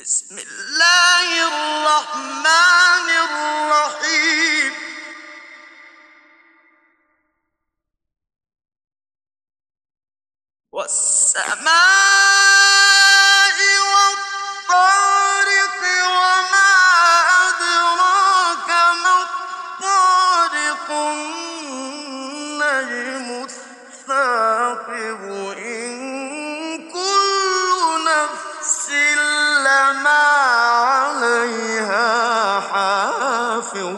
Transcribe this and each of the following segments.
بسم الله الرحمن الرحيم. والسماء والطارق وما أدراك ما الطارق النجم الثاقب إن كل نفس لما عليها حافظ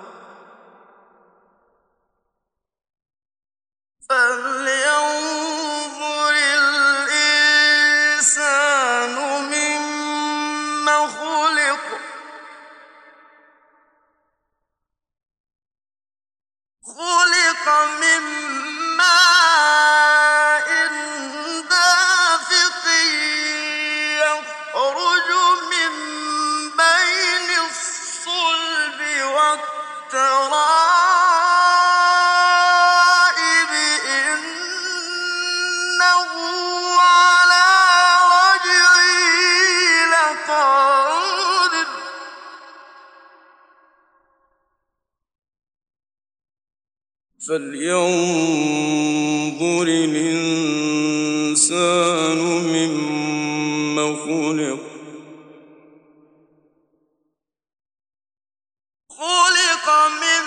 فلينظر الإنسان مما خلق من ماء دافق يخرج من بين الصلب والترائب إنه على رجعه لقادر فلينظر الإنسان مما خلق من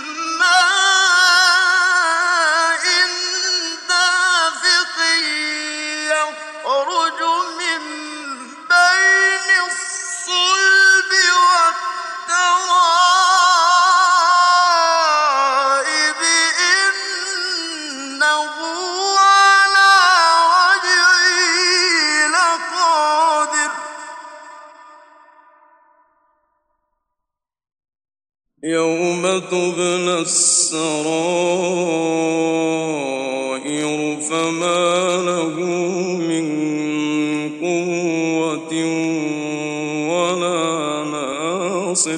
ماء دافق يخرج من بين الصلب والترائب إنه على رجعه لقادر يوم تبلى السرائر فما له من قوة ولا ناصر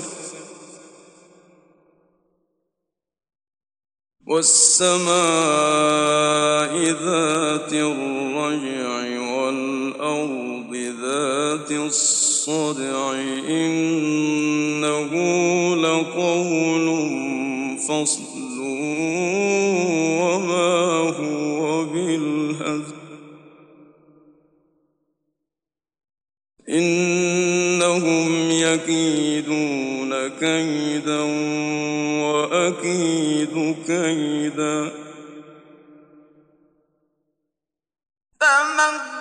والسماء ذات الرجع والأرض ذات الصدع إنه لقول فصل وما هو بالهزل إنهم يكيدون كيدا وأكيد كيدا فمن